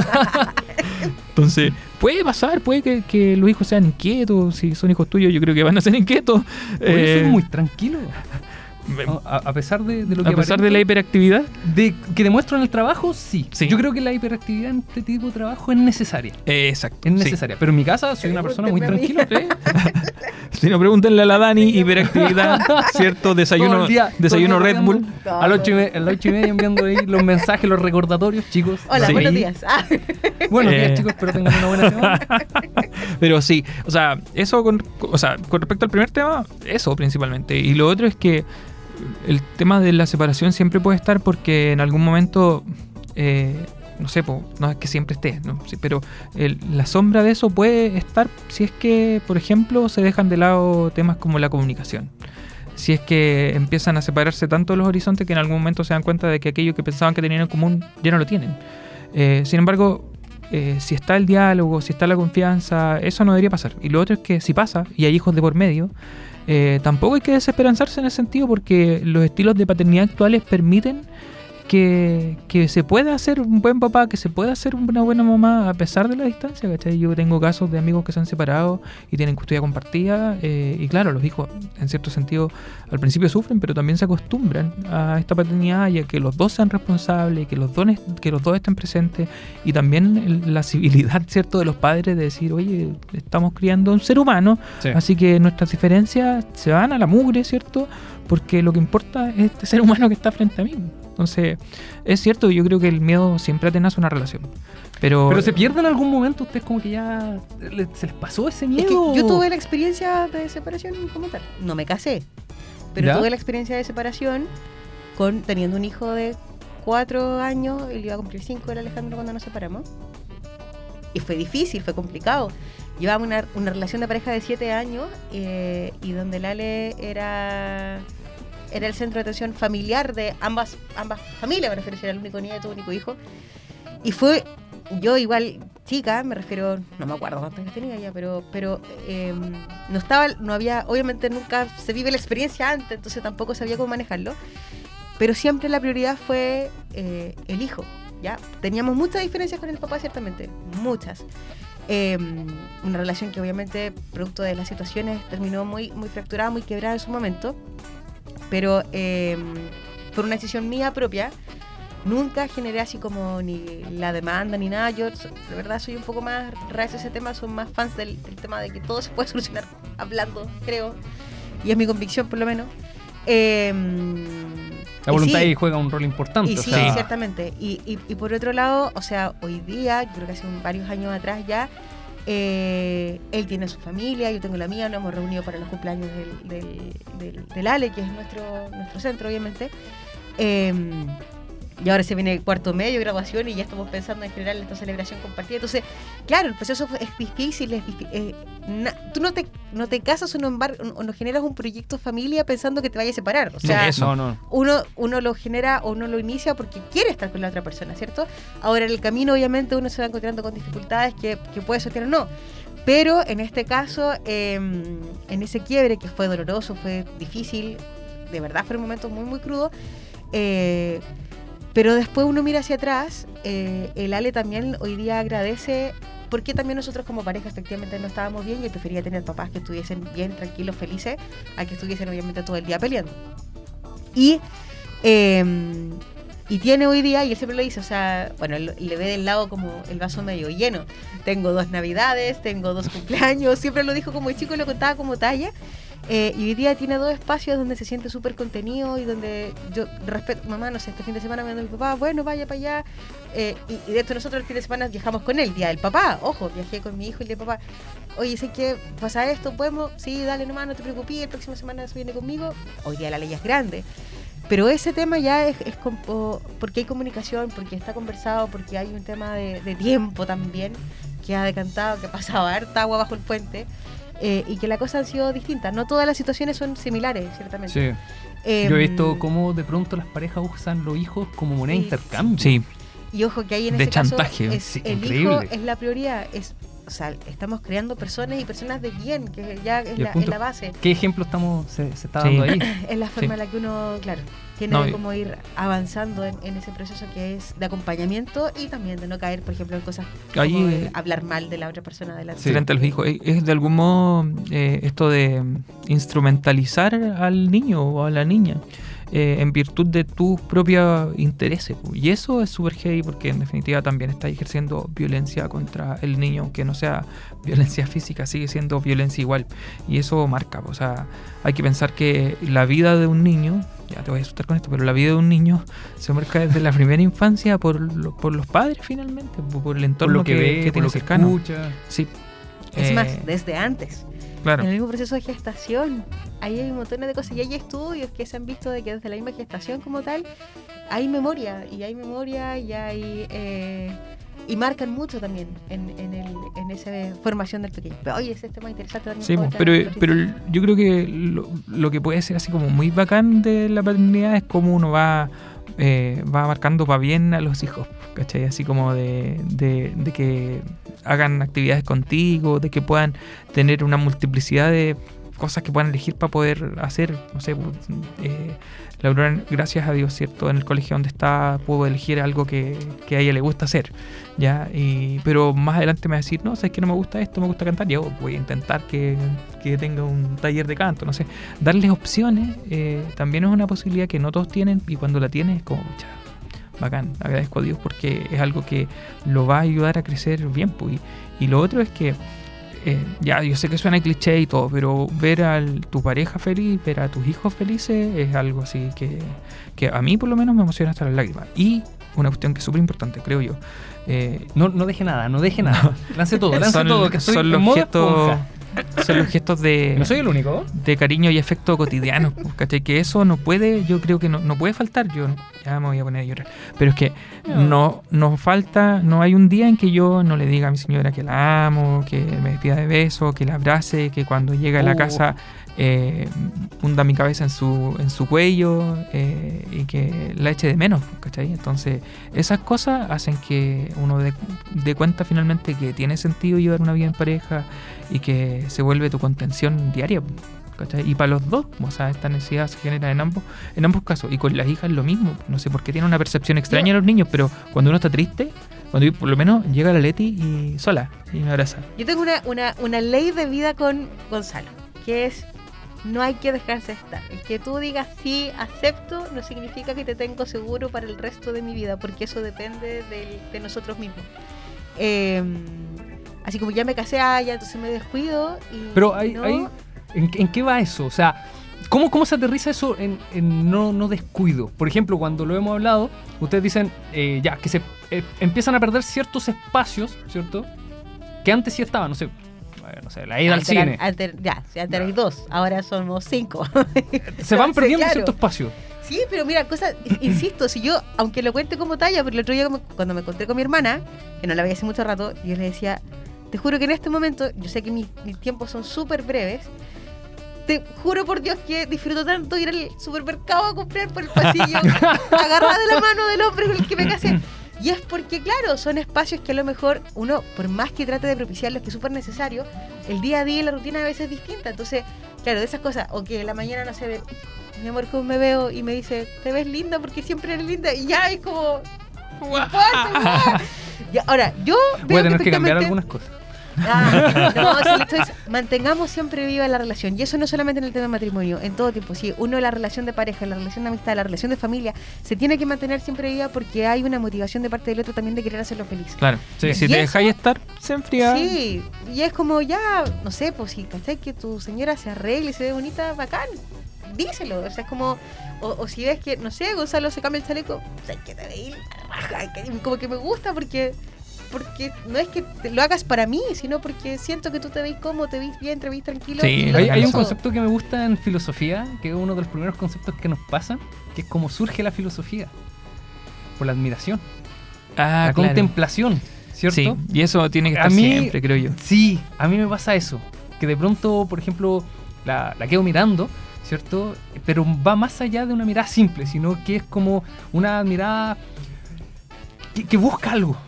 Entonces, puede pasar, puede que, que los hijos sean inquietos, si son hijos tuyos yo creo que van a ser inquietos. Oye, Eh, soy muy tranquilo. me- A, a pesar de, de lo que a pesar de aparenta, la hiperactividad, de que demuestro en el trabajo, sí. Sí. Yo creo que la hiperactividad en este tipo de trabajo es necesaria. eh, exacto. Es sí. necesaria. Pero en mi casa soy una persona muy Pregúnteme a mí. tranquila. ¿sí? Si no, pregúntenle a la Dani, hiperactividad, ¿cierto? Todo Desayuno, el día- desayuno todo el Red día Bull. enviando- A las ocho y me- a las ocho y media enviando ahí los mensajes, los recordatorios, chicos. Hola, Sí. buenos días. Ah, Buenos Eh. días, chicos. Espero tengan una buena semana. Pero sí, o sea, eso con, o sea, con respecto al primer tema, eso principalmente. Y lo otro es que el tema de la separación siempre puede estar porque en algún momento, eh, no sé, po, no es que siempre esté, ¿no? Sí, pero el- la sombra de eso puede estar si es que, por ejemplo, se dejan de lado temas como la comunicación. Si es que empiezan a separarse tanto los horizontes que en algún momento se dan cuenta de que aquello que pensaban que tenían en común ya no lo tienen. Eh, sin embargo, eh, si está el diálogo, si está la confianza, eso no debería pasar. Y lo otro es que si pasa, y hay hijos de por medio, eh, tampoco hay que desesperanzarse en ese sentido, porque los estilos de paternidad actuales permiten que, que se pueda hacer un buen papá, que se pueda hacer una buena mamá a pesar de la distancia, ¿cachai? Yo tengo casos de amigos que se han separado y tienen custodia compartida, eh, y claro, los hijos en cierto sentido al principio sufren, pero también se acostumbran a esta paternidad y a que los dos sean responsables, que los dos, que los dos estén presentes, y también el- la civilidad, ¿cierto?, de los padres de decir, oye, estamos criando un ser humano, Sí. así que nuestras diferencias se van a la mugre, ¿cierto? Porque lo que importa es este ser humano que está frente a mí. Entonces, es cierto, yo creo que el miedo siempre atenaza una relación. Pero, Pero se pierde en algún momento, ustedes como que ya le- se les pasó ese Es miedo. que yo tuve la experiencia de separación como tal. No me casé, pero ¿Ya? tuve la experiencia de separación con teniendo un hijo de cuatro años, él iba a cumplir cinco, era Alejandro cuando nos separamos. Y fue difícil, fue complicado. Llevábamos una, una relación de pareja de siete años eh, y donde Lale era, era el centro de atención familiar de ambas, ambas familias, me refiero, era el único nieto, único hijo. Y fue, yo igual chica, me refiero, no me acuerdo cuántos años tenía ya, pero, pero eh, no estaba, no había, obviamente nunca se vive la experiencia antes, entonces tampoco sabía cómo manejarlo. Pero siempre la prioridad fue eh, el hijo, ¿ya? Teníamos muchas diferencias con el papá, ciertamente, muchas. Eh, una relación que obviamente, producto de las situaciones, terminó muy, muy fracturada, muy quebrada en su momento. Pero eh, por una decisión mía propia, nunca generé así como ni la demanda ni nada. Yo, de verdad, soy un poco más reacia a ese tema, soy más fans del, del tema de que todo se puede solucionar hablando, creo. Y es mi convicción, por lo menos. Eh, La y voluntad sí, ahí juega un rol importante. y o sí, sea, ciertamente. Y, y, y por otro lado, o sea, hoy día, yo creo que hace un- varios años atrás ya, eh, él tiene su familia, yo tengo la mía, nos hemos reunido para los cumpleaños del, del, del, del Ale, que es nuestro, nuestro centro, obviamente. Eh, y ahora se viene cuarto medio, graduación, y ya estamos pensando en generar esta celebración compartida. Entonces, claro, el proceso fue- es difícil, es difí- eh, na- tú no te, no te casas o no, embar- o no generas un proyecto familia pensando que te vayas a separar. O sea, no, no. uno, uno lo genera o uno lo inicia porque quiere estar con la otra persona, ¿cierto? Ahora en el camino obviamente uno se va encontrando con dificultades que, que puede sortear o no. Pero en este caso, eh, en ese quiebre que fue doloroso, fue difícil, de verdad fue un momento muy, muy crudo, eh, pero después uno mira hacia atrás, eh, el Ale también hoy día agradece porque también nosotros como pareja efectivamente no estábamos bien y él prefería tener papás que estuviesen bien, tranquilos, felices, a que estuviesen obviamente todo el día peleando. Y, eh, y tiene hoy día, y él siempre lo dice, o sea, bueno, él le ve del lado como el vaso medio lleno. Tengo dos navidades, tengo dos cumpleaños, siempre lo dijo como chico y lo contaba como talla. Eh, y hoy día tiene dos espacios donde se siente súper contenido y donde yo respeto, mamá, no sé, este fin de semana me ando mi papá, bueno, vaya para allá. Eh, y, y de hecho nosotros el fin de semana viajamos con él, día del papá, ojo, viajé con mi hijo el día del papá. Oye, sé que pasa esto, podemos, sí, dale nomás, no te preocupes, el próximo semana se viene conmigo. Hoy día la ley es grande. Pero ese tema ya es, es como, porque hay comunicación, porque está conversado, porque hay un tema de, de tiempo también, que ha decantado, que ha pasado harta agua bajo el puente. Eh, y que la cosa han sido distintas. No todas las situaciones son similares, ciertamente. Sí. Eh, Yo he visto cómo de pronto las parejas usan los hijos como moneda de Sí. intercambio. sí, Y ojo que ahí en de ese caso chantaje. es, Sí, el increíble. hijo es la prioridad. Es, o sea, estamos creando personas y personas de bien, que ya es Y el la, punto- es la base. ¿Qué ejemplo estamos se, se está Sí. dando ahí? Es la forma Sí. en la que uno, claro, tiene No, de y- cómo ir avanzando en, en ese proceso que es de acompañamiento y también de no caer, por ejemplo, en cosas Ahí, como de eh, hablar mal de la otra persona delante. Sí. frente a los hijos. Es- Es de algún modo eh, esto de instrumentalizar al niño o a la niña eh, en virtud de tus propios intereses. Y eso es súper heavy porque en definitiva también está ejerciendo violencia contra el niño, aunque no sea violencia física, sigue siendo violencia igual. Y eso marca, o sea, hay que pensar que la vida de un niño, ya te voy a asustar con esto, pero la vida de un niño se marca desde la primera infancia por, lo- por los padres finalmente, por por el Por entorno lo que, que, ve, que por tiene lo que cercano. escucha. Sí. Es Eh, más, desde antes. claro. En el mismo proceso de gestación, ahí hay un montón de cosas y hay estudios que se han visto de que desde la misma gestación como tal hay memoria y hay memoria y hay eh, y marcan mucho también en, en, el, en esa formación del pequeño. Pero oye, ese tema interesante también. Sí, para po, otra- pero, otra pero historia. yo creo que lo, lo que puede ser así como muy bacán de la paternidad es cómo uno va eh, va marcando para bien a los hijos, ¿cachai? Así como de, de, de que hagan actividades contigo, de que puedan tener una multiplicidad de cosas que puedan elegir para poder hacer, no sé, pues, eh, la Aurora, gracias a Dios, ¿cierto? En el colegio donde está, puedo elegir algo que, que a ella le gusta hacer, ¿ya? Y, pero más adelante me va a decir, no, sabes que no me gusta esto, me gusta cantar, yo voy a intentar que, que tenga un taller de canto, no sé. Darles opciones eh, también es una posibilidad que no todos tienen y cuando la tienes es como, pucha, bacán, agradezco a Dios porque es algo que lo va a ayudar a crecer bien, pues. Y, y lo otro es que eh, ya, yo sé que suena cliché y todo, pero ver a tu pareja feliz, ver a tus hijos felices es algo así que, que a mí por lo menos me emociona hasta las lágrimas. Y una cuestión que es súper importante, creo yo. Eh, No, no deje nada, no deje nada. Lance todo, lance son, todo, que estoy son en los modo gestos, esponja. son los gestos de, No soy el único. de cariño y afecto cotidiano, ¿cachai? Que eso no puede, yo creo que no, no puede faltar. Yo ya me voy a poner a llorar. Pero es que no nos falta, no hay un día en que yo no le diga a mi señora que la amo, que me despida de besos, que la abrace, que cuando llegue a la Oh. casa eh, hunda mi cabeza en su, en su cuello eh, y que la eche de menos, ¿cachai? Entonces, esas cosas hacen que uno dé dé cuenta finalmente que tiene sentido llevar una vida en pareja y que se vuelve tu contención diaria, ¿cachai? Y para los dos, o sea, esta necesidad se genera en ambos, en ambos casos. Y con las hijas lo mismo. No sé por qué tiene una percepción extraña a los niños, pero cuando uno está triste, cuando yo, por lo menos llega la Leti y sola y me abraza. Yo tengo una, una, una ley de vida con Gonzalo, que es no hay que dejarse estar. El que tú digas sí, acepto, no significa que te tengo seguro para el resto de mi vida, porque eso depende de, de nosotros mismos. Eh, así como ya me casé, ah, ya entonces me descuido. Y Pero hay, no, hay- ¿en, en qué va eso? O sea, ¿cómo, cómo se aterriza eso en, en no, no descuido? Por ejemplo, cuando lo hemos hablado, ustedes dicen eh, ya que se eh, empiezan a perder ciertos espacios, ¿cierto? Que antes sí estaban, no sé, eh, no sé, la ida al antes eran- cine. antes- ya, si antes erais dos, ahora somos cinco. Se van Sí, perdiendo claro. ciertos espacios. Sí, pero mira, cosas, insisto, si yo, aunque lo cuente como talla, pero el otro día como- cuando me encontré con mi hermana, que no la veía hace mucho rato, yo le decía, te juro que en este momento, yo sé que mis, mis tiempos son súper breves, te juro por Dios que disfruto tanto ir al supermercado a comprar por el pasillo, agarrada de la mano del hombre con el que me casé. Y es porque, claro, son espacios que a lo mejor uno, por más que trate de propiciarlos, que es súper necesario, el día a día y la rutina a veces es distinta. Entonces, claro, de esas cosas, o que en la mañana, no sé, mi amor, ¿cómo me veo? Y me dice, te ves linda porque siempre eres linda. Y ya es como... no importa, guau. Ya, ahora, yo veo Voy a tener que cambiar perfectamente- algunas cosas. Ah, no, si le estoy- mantengamos siempre viva la relación. Y eso no solamente en el tema de matrimonio, en todo tiempo. Si uno, la relación de pareja, la relación de amistad, la relación de familia, se tiene que mantener siempre viva porque hay una motivación de parte del otro también de querer hacerlo feliz. Claro, Sí. si Y te eso- dejáis estar, se enfría. Sí, y es como ya, no sé, pues si ¿cachai? Que tu señora se arregle y se ve bonita, bacán, díselo. O sea, es como, o, o si ves que, no sé, Gonzalo se cambia el chaleco, o sea, que te veis la raja, que- como que me gusta porque porque no es que te lo hagas para mí, sino porque siento que tú te veis cómodo, te veis bien, te veis tranquilo. Sí, y lo Hay, hay un demás. concepto que me gusta en filosofía, que es uno de los primeros conceptos que nos pasan, que es cómo surge la filosofía. Por la admiración, Ah, la claro. contemplación, ¿cierto? Sí, y eso tiene que A estar mí- siempre, creo yo. Sí, a mí me pasa eso. Que de pronto, por ejemplo, la, la quedo mirando, ¿cierto? Pero va más allá de una mirada simple, sino que es como una mirada que, que busca algo.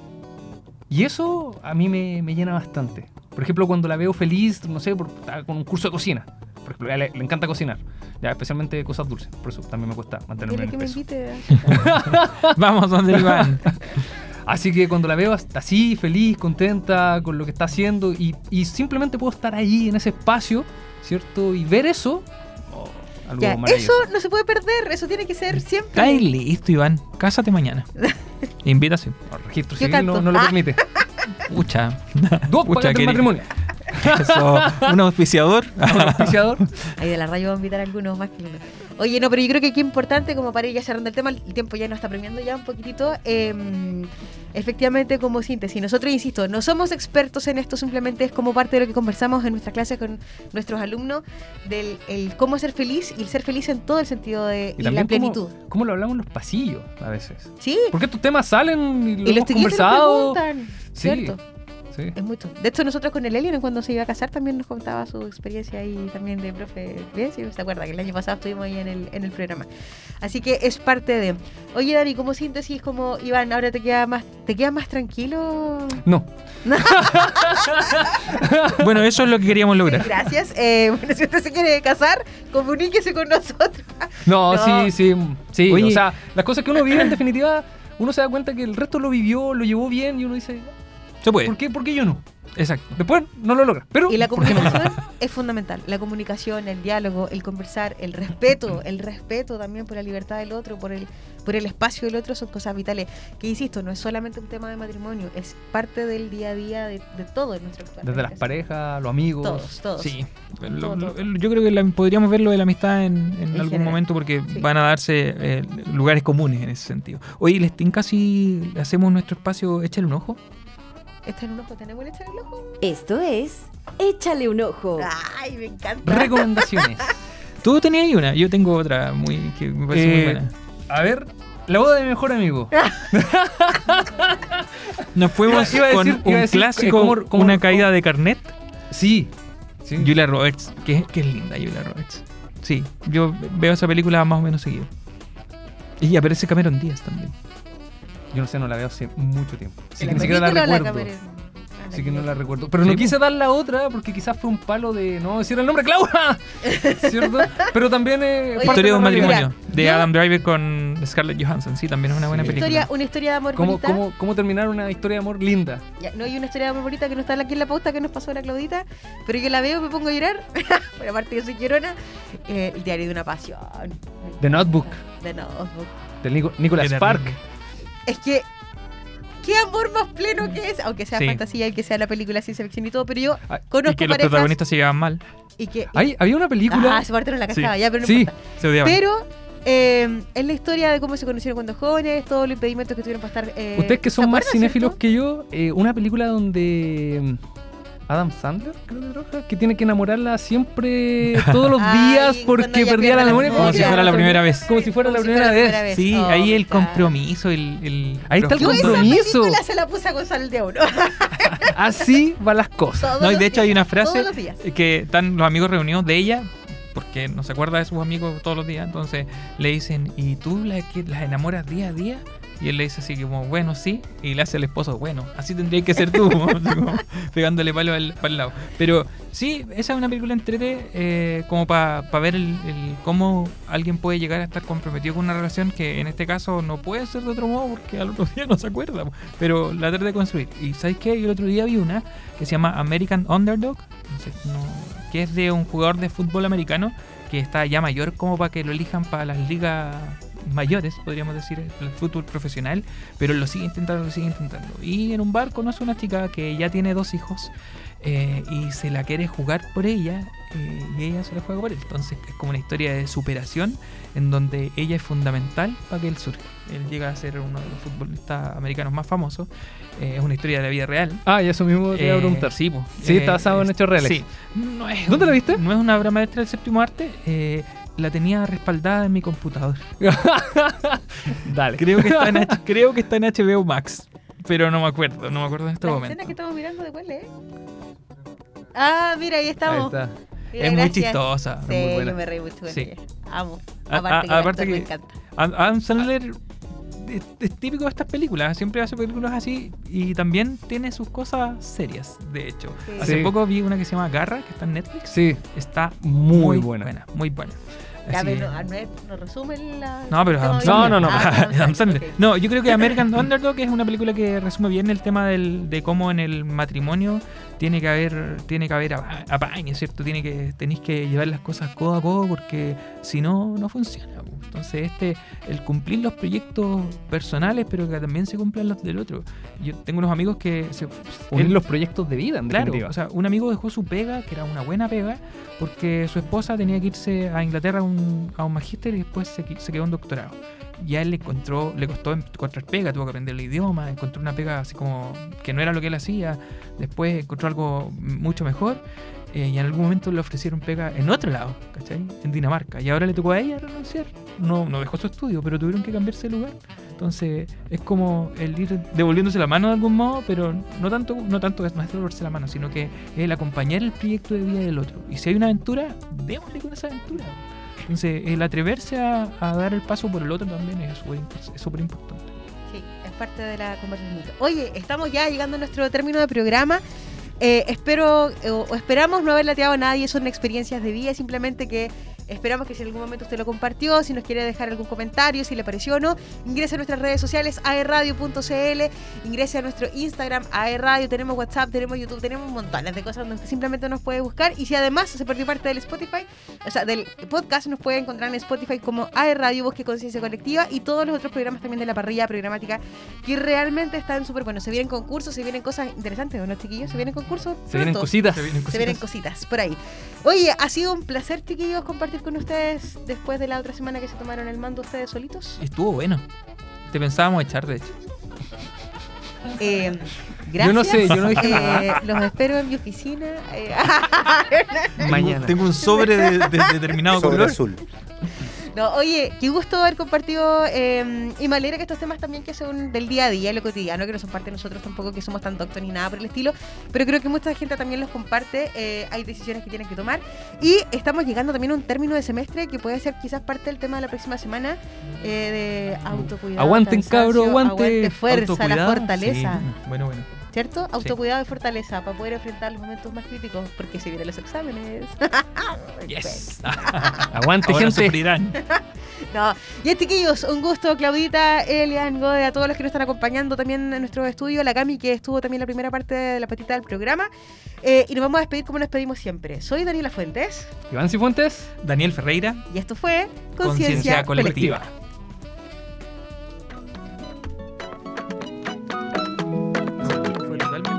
Y eso a mí me, me llena bastante. Por ejemplo, cuando la veo feliz, no sé, por, está con un curso de cocina. Por ejemplo, a ella le, le encanta cocinar. Ya, especialmente cosas dulces. Por eso también me cuesta mantenerme Dile en que el me peso. invite a... Vamos donde Iván. Así que cuando la veo hasta así, feliz, contenta con lo que está haciendo y, y simplemente puedo estar ahí en ese espacio, ¿cierto? Y ver eso, oh, algo Ya, eso maravilloso. no se puede perder, eso tiene que ser siempre. Está ahí listo, Iván. Cásate mañana. Invítase. El registro Yo civil no, canto. no lo Ah. permite. Pucha. Dos Pucha, pagas del queri- matrimonio. Eso, un auspiciador. Un auspiciador. Ahí de la radio vamos a invitar a algunos más que uno. Oye, no, pero yo creo que aquí es importante, como para ir ya cerrando el tema, el tiempo ya nos está premiando ya un poquitito. eh, efectivamente, como síntesis, nosotros, insisto, no somos expertos en esto, simplemente es como parte de lo que conversamos en nuestras clases con nuestros alumnos, del el cómo ser feliz y el ser feliz en todo el sentido de y la también plenitud. Cómo, cómo lo hablamos en los pasillos a veces. Sí, Porque estos temas salen y lo y los hemos chiquillos nos conversado. preguntan, Sí. ¿cierto? Sí. Es mucho. De hecho, nosotros con el Elion, cuando se iba a casar, también nos contaba su experiencia ahí también de profe. ¿Ves? Sí, ¿se acuerda? Que el año pasado estuvimos ahí en el, en el programa. Así que es parte de... Oye, Dani, como síntesis, como Iván, ahora te queda más, ¿te queda más tranquilo? No. Bueno, eso es lo que queríamos lograr. Gracias. Eh, bueno, si usted se quiere casar, comuníquese con nosotros. No, No. sí, sí. Sí, Oye. o sea, las cosas que uno vive en definitiva, uno se da cuenta que el resto lo vivió, lo llevó bien y uno dice, Se puede. ¿por qué, ¿por qué yo no? Exacto. Después no lo logra. Pero, Y la ¿por qué no lo logra? comunicación es fundamental. La comunicación, el diálogo, el conversar, el respeto, el respeto también por la libertad del otro, por el, por el espacio del otro, son cosas vitales. Que insisto, no es solamente un tema de matrimonio, es parte del día a día de, de todo en nuestro actual. Desde las parejas, los amigos. Todos, todos. Sí, Lo- Todo, lo- todo. yo creo que la- podríamos verlo de la amistad en, en En algún general. momento porque Sí. van a darse eh, lugares comunes en ese sentido. Oye, ¿les tinca si hacemos nuestro espacio Échale un ojo? ¿Está en un ojo? ¿Tenemos el echar el ojo? Esto es Échale un ojo. Ay, me encanta. Recomendaciones. Tú tenías ahí una, yo tengo otra muy que me parece muy Eh, buena. A ver, la boda de mi mejor amigo. Nos fuimos iba a con decir- iba a un decir, clásico, eh, ¿cómo- cómo- una caída de carnet. Sí. sí. Julia Roberts, que, que es linda Julia Roberts. Sí, yo veo esa película más o menos seguido. Y aparece Cameron Díaz también. Yo no sé, no la veo hace mucho tiempo. Así ¿En que ni siquiera la película o recuerdo. cámara? Ah, Así que no la película. recuerdo. Pero Sí, no po. quise dar la otra porque quizás fue un palo de no decir el nombre, Claudia. ¿Cierto? Pero también es Oye, parte Historia de un la realidad. matrimonio, Mira, de yo- Adam Driver con Scarlett Johansson. Sí, también es una buena Sí. película. Historia, una historia de amor ¿Cómo, bonita. cómo, ¿Cómo terminar una historia de amor linda? Ya, no hay una historia de amor bonita que no está aquí en la pauta que nos pasó la Claudita, pero yo la veo y me pongo a llorar. Pero aparte yo soy llorona. Eh, el diario de una pasión. The Notebook, De Notebook. de Nico- Nicholas Qué Spark. terrible. Es que, ¿qué amor más pleno que es? Aunque sea Sí. fantasía y que sea la película ciencia ficción y todo, pero yo Ah, conozco Y que los parejas protagonistas se llevan mal, y que... Hay- había una película. Ah, esa parte no la cachaba, Sí. ya, pero no Sí. importa. se odiaban. Pero eh, es la historia de cómo se conocieron cuando jóvenes, todos los impedimentos que tuvieron para estar... eh, Ustedes que ¿se son más acuerdan, cinéfilos cierto? que yo, eh, una película donde mm, Adam Sandler, creo que trabaja, que tiene que enamorarla siempre, todos los Ay, días, cuando porque ella perdía la pierde la memoria. Como si memoria. fuera la primera vez. Como si fuera Como la si primera fuera la vez. primera Sí, Oh, ahí el claro. compromiso, el, el Ahí está el Yo esa compromiso. película se la puse a gozar el de uno. Así van las cosas. Todos No, y los de hecho hay días, una frase Todos los días. que están los amigos reunidos de ella, porque no se acuerda de sus amigos todos los días, entonces le dicen, ¿y tú la, que, las enamoras día a día? Y él le dice así como, bueno, sí, y le hace al esposo, bueno, así tendría que ser tú, así como pegándole palo al, para el lado. Pero sí, esa es una película entrete eh, como para ver el, el cómo alguien puede llegar a estar comprometido con una relación que en este caso no puede ser de otro modo porque al otro día no se acuerda, pero la trata de construir. Y ¿sabes qué? Yo el otro día vi una que se llama American Underdog, no sé, no, que es de un jugador de fútbol americano que está ya mayor como para que lo elijan para las ligas mayores, podríamos decir, el fútbol profesional, pero lo sigue intentando, lo sigue intentando. Y en un bar conoce a una chica que ya tiene dos hijos eh, y se la quiere jugar por ella eh, y ella se la juega por él. Entonces es como una historia de superación en donde ella es fundamental para que él surja. Él llega a ser uno de los futbolistas americanos más famosos. Eh, es una historia de la vida real. Ah, y eso mismo te iba a Eh, preguntar. Sí, po. Sí, está basado en hechos reales. Sí. No es ¿Dónde un- la viste? No es una obra maestra del séptimo arte. eh, la tenía respaldada en mi computador. Dale. Creo que está en H- creo que está en H B O Max, pero no me acuerdo, no me acuerdo en este ¿La momento. escena que estamos mirando de cuál es? Ah, mira, ahí Ahí estamos. está. Mira, Es muy gracias. chistosa. Sí, muy buena. yo me reí mucho con Sí. ella. Amo. A- Aparte, a- que, aparte el actor me que- encanta. Ad- Adam Sandler es, es típico de estas películas, siempre hace películas así y también tiene sus cosas serias, de hecho. Sí. Hace Sí. poco vi una que se llama Garra, que está en Netflix. Sí, Está muy, muy buena. buena, muy buena. Ya, Así pero es. no, Anuel, ¿no resume la...? No, pero el Adam tema Sandler. No, no, no. Ah, Adam Sandler. ok. No, yo creo que American Underdog es una película que resume bien el tema del, de cómo en el matrimonio tiene que haber tiene que haber apa- apaño, ¿cierto? Tiene que tenéis que llevar las cosas codo a codo porque si no no funciona. po. Entonces, este el cumplir los proyectos personales, pero que también se cumplan los del otro. Yo tengo unos amigos que se unir él- los proyectos de vida, en Claro, definitiva. o sea, un amigo dejó su pega, que era una buena pega, porque su esposa tenía que irse a Inglaterra a un, a un magíster y después se, qui- se quedó un doctorado. Y a él le encontró, le costó encontrar pega, tuvo que aprender el idioma, encontró una pega así como que no era lo que él hacía, después encontró algo mucho mejor eh, y en algún momento le ofrecieron pega en otro lado, ¿cachai? En Dinamarca. Y ahora le tocó a ella renunciar. No, no dejó su estudio, pero tuvieron que cambiarse de lugar. Entonces es como el ir devolviéndose la mano de algún modo, pero no tanto, no tanto es más devolverse la mano, sino que es el acompañar el proyecto de vida del otro. Y si hay una aventura, démosle con esa aventura. Entonces el atreverse a, a dar el paso por el otro también es súper imp- es súper importante. Sí, es parte de la conversación. Oye, estamos ya llegando a nuestro término de programa. Eh, espero eh, o esperamos no haber lateado a nadie, son experiencias de vida, simplemente que Esperamos que si en algún momento usted lo compartió, si nos quiere dejar algún comentario, si le pareció o no, ingrese a nuestras redes sociales, aerradio punto c l, ingrese a nuestro Instagram, aerradio, tenemos WhatsApp, tenemos YouTube, tenemos montones de cosas donde usted simplemente nos puede buscar. Y si además se perdió parte del Spotify, o sea, del podcast, nos puede encontrar en Spotify como aerradio, Bosque Conciencia Colectiva, y todos los otros programas también de la parrilla programática que realmente están súper buenos. Se vienen concursos, se vienen cosas interesantes, ¿no, chiquillos? Se vienen concursos. Se vienen pronto. cositas. Se vienen Se vienen cositas por ahí. Oye, ha sido un placer, chiquillos, compartir con ustedes después de la otra semana que se tomaron el mando ustedes solitos. Estuvo bueno. Te pensábamos echar, de hecho. Eh, gracias. Yo no sé, yo no dije Eh, nada. los espero en mi oficina. Eh, Mañana. Tengo un sobre de, de determinado Sobre color. azul. No, oye, qué gusto haber compartido, eh, y me alegra que estos temas también que son del día a día, lo cotidiano, que no son parte de nosotros tampoco, que somos tan doctos ni nada por el estilo, pero creo que mucha gente también los comparte. Eh, hay decisiones que tienen que tomar y estamos llegando también a un término de semestre que puede ser quizás parte del tema de la próxima semana, eh, de autocuidado. Aguanten, cansancio, cabro, aguante. aguante, fuerza, la Autocuidado, fortaleza. sí. Bueno, bueno. ¿Cierto? Autocuidado y fortaleza para poder enfrentar los momentos más críticos, porque se vienen los exámenes. Yes. Aguante, Ahora gente. sufrirán. No. Y chiquillos, un gusto, Claudita, Elian, Gode, a todos los que nos están acompañando también en nuestro estudio, la Cami, que estuvo también la primera parte de la patita del programa. Eh, y nos vamos a despedir como nos despedimos siempre. Soy Daniela Fuentes Iván Cifuentes. Daniel Ferreira, y esto fue Conciencia Conciencia Colectiva. Colectiva. Fue totalmente.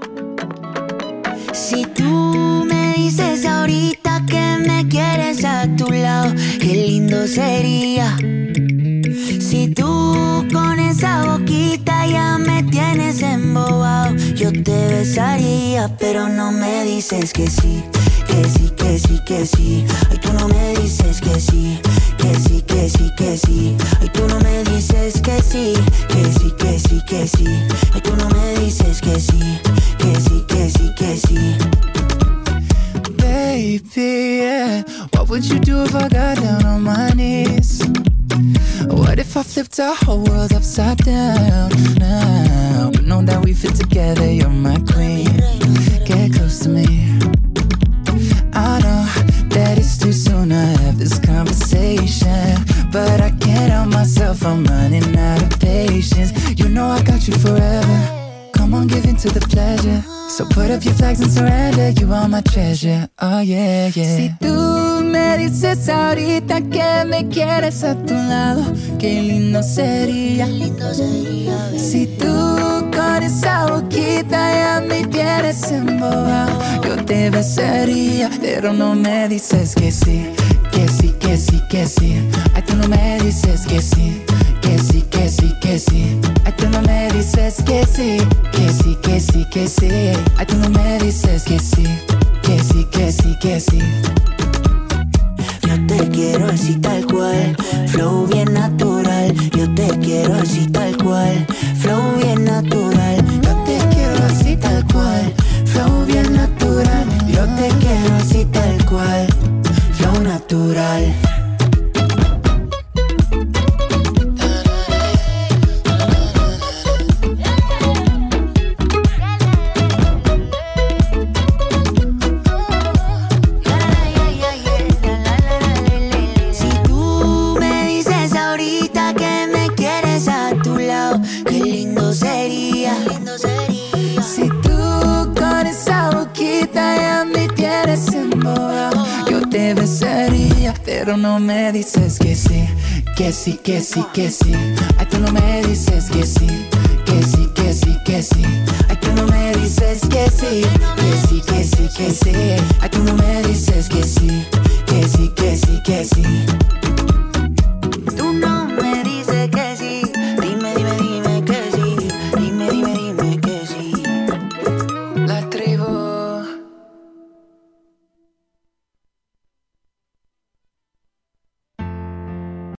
Si tú me dices ahorita que me quieres a tu lado, qué lindo sería. Si tú con esa boquita ya me tienes embobado, yo te besaría, pero no me dices que sí, que sí, que sí, que sí. Ay, tú no me dices que sí, que sí, que sí, que sí. Ay, tú no me dices que sí, que sí, que sí, que sí. Ay, tú no me dices que sí, que sí, que sí, que sí. Baby, yeah. What would you do if I got down on my knees? What if I flipped our whole world upside down now? But know that we fit together, you're my queen. Get close to me. I know that it's too soon to have this conversation, but I can't help myself, I'm running out of patience. You know I got you forever. Come on, give in to the pleasure. So put up your flags and surrender. You are my treasure, oh yeah, yeah. Si tú me dices ahorita que me quieres a tu lado, qué lindo sería. Si tú con esa boquita ya me tienes embobado, yo te besaría, pero no me dices que sí, que sí, que sí, que sí. Ay, tú no me dices que sí, que sí, que sí, que sí. Ay, tú no me dices que sí, que sí, que sí, que sí. Ay, tú no me dices que sí, que sí, que sí, que sí. Yo te quiero así tal cual, flow bien natural. Yo te quiero así tal cual, flow bien natural. Yo te quiero así tal cual, flow bien natural. Yo te quiero así tal cual, flow natural. Si tú me dices ahorita que me quieres a tu lado, qué lindo sería. Si tú con esa boquita ya me tienes embobado, yo te besaría, pero no me dices que sí, que sí, que sí, que sí. Ay, tú no me dices que sí, que sí, que sí, que sí. Ay, tú no me dices que sí, que sí, que sí, que sí. Ay, tú no me dices que sí,